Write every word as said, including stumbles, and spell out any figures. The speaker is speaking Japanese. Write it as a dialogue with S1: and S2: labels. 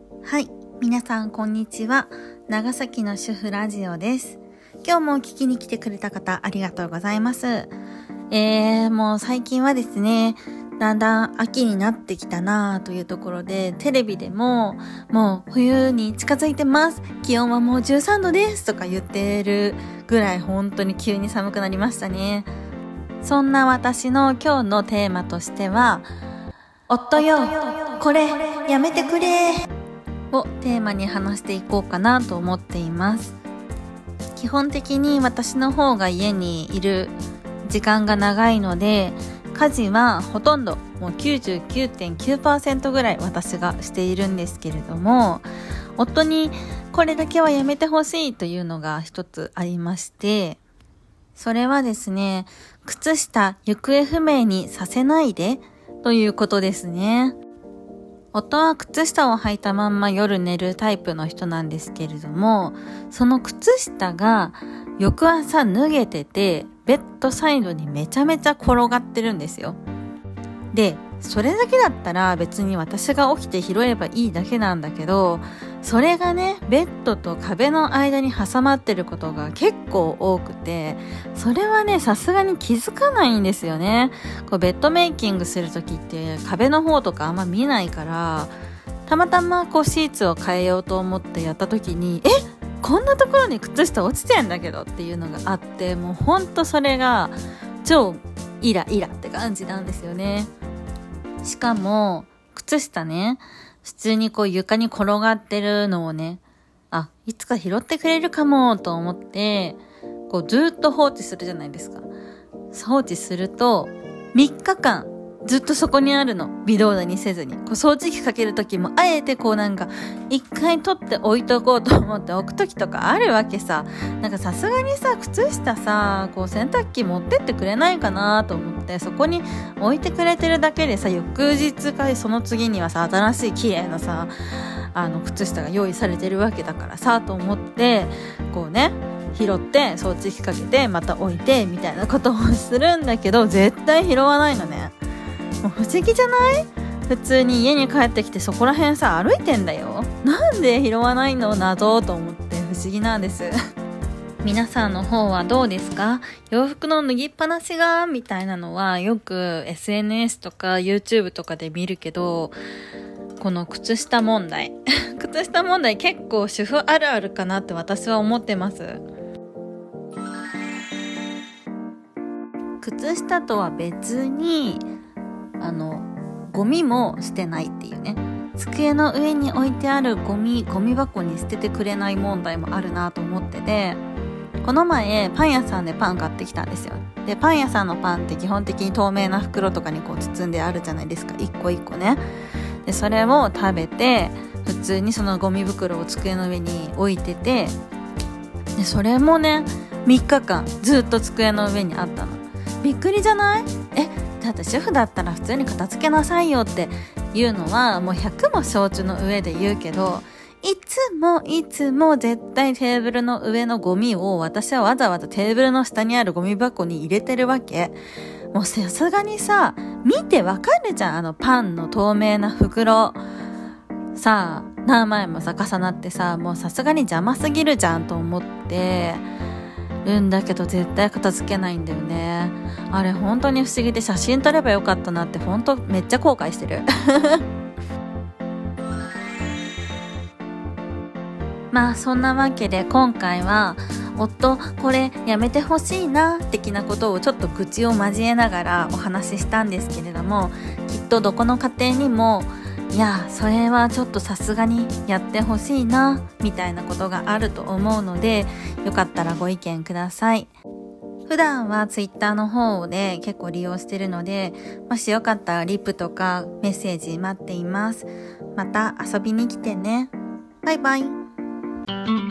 S1: はい、皆さんこんにちは。長崎の主婦ラジオです。今日も聞きに来てくれた方ありがとうございます。えー、もう最近はですね、だんだん秋になってきたなというところで、テレビでももう冬に近づいてます。気温はもうじゅうさんどですとか言ってるぐらい本当に急に寒くなりましたね。そんな私の今日のテーマとしては、夫よ、これやめてくれをテーマに話していこうかなと思っています。基本的に私の方が家にいる時間が長いので、家事はほとんどもう きゅうじゅうきゅうてんきゅうパーセント ぐらい私がしているんですけれども、夫にこれだけはやめてほしいというのが一つありまして、それはですね、靴下行方不明にさせないでということですね。夫は靴下を履いたまんま夜寝るタイプの人なんですけれども、その靴下が翌朝脱げてて、ベッドサイドにめちゃめちゃ転がってるんですよ。で、それだけだったら別に私が起きて拾えばいいだけなんだけど、それがね、ベッドと壁の間に挟まってることが結構多くて、それはね、さすがに気づかないんですよね。こうベッドメイキングするときって壁の方とかあんま見ないから、たまたまこうシーツを変えようと思ってやったときに、えこんなところに靴下落ちてんだけどっていうのがあって、もうほんとそれが超イライラって感じなんですよね。しかも靴下ね、普通にこう床に転がってるのをね、あ、いつか拾ってくれるかもと思ってこうずっと放置するじゃないですか。放置するとみっかかんずっとそこにあるの、微動だにせずに。こう掃除機かけるときもあえてこうなんか一回取って置いとこうと思って置くときとかあるわけさ。なんかさすがにさ、靴下さこう洗濯機持ってってくれないかなと思って、そこに置いてくれてるだけでさ、翌日かその次にはさ、新しい綺麗なさあの靴下が用意されてるわけだからさと思って、こうね拾って掃除機かけてまた置いてみたいなことをするんだけど、絶対拾わないのね。もう不思議じゃない？普通に家に帰ってきてそこら辺さ歩いてんだよ。なんで拾わないの？謎と思って不思議なんです皆さんの方はどうですか？洋服の脱ぎっぱなしがみたいなのはよく エスエヌエス とか YouTube とかで見るけど、この靴下問題靴下問題結構主婦あるあるかなって私は思ってます。靴下とは別にあのゴミも捨てないっていうね、机の上に置いてあるゴミゴミ箱に捨ててくれない問題もあるなと思ってて、この前パン屋さんでパン買ってきたんですよ。でパン屋さんのパンって基本的に透明な袋とかにこう包んであるじゃないですか、一個一個ね。でそれを食べて普通にそのゴミ袋を机の上に置いてて、でそれもねみっかかんずっと机の上にあったの。びっくりじゃない？えだって主婦だったら普通に片付けなさいよっていうのはもうひゃくも承知の上で言うけど、いつもいつも絶対テーブルの上のゴミを私はわざわざテーブルの下にあるゴミ箱に入れてるわけ。もうさすがにさ見てわかるじゃん、あのパンの透明な袋さあ何枚もさ重なってさ、もうさすがに邪魔すぎるじゃんと思ってるんだけど、絶対片付けないんだよね。あれ本当に不思議で、写真撮ればよかったなって本当めっちゃ後悔してるまあそんなわけで今回は夫これやめてほしいな的なことをちょっと愚痴を交えながらお話ししたんですけれども、きっとどこの家庭にもいやそれはちょっとさすがにやってほしいなみたいなことがあると思うので、よかったらご意見ください。普段はツイッターの方で結構利用してるので、もしよかったらリプとかメッセージ待っています。また遊びに来てね。バイバイ。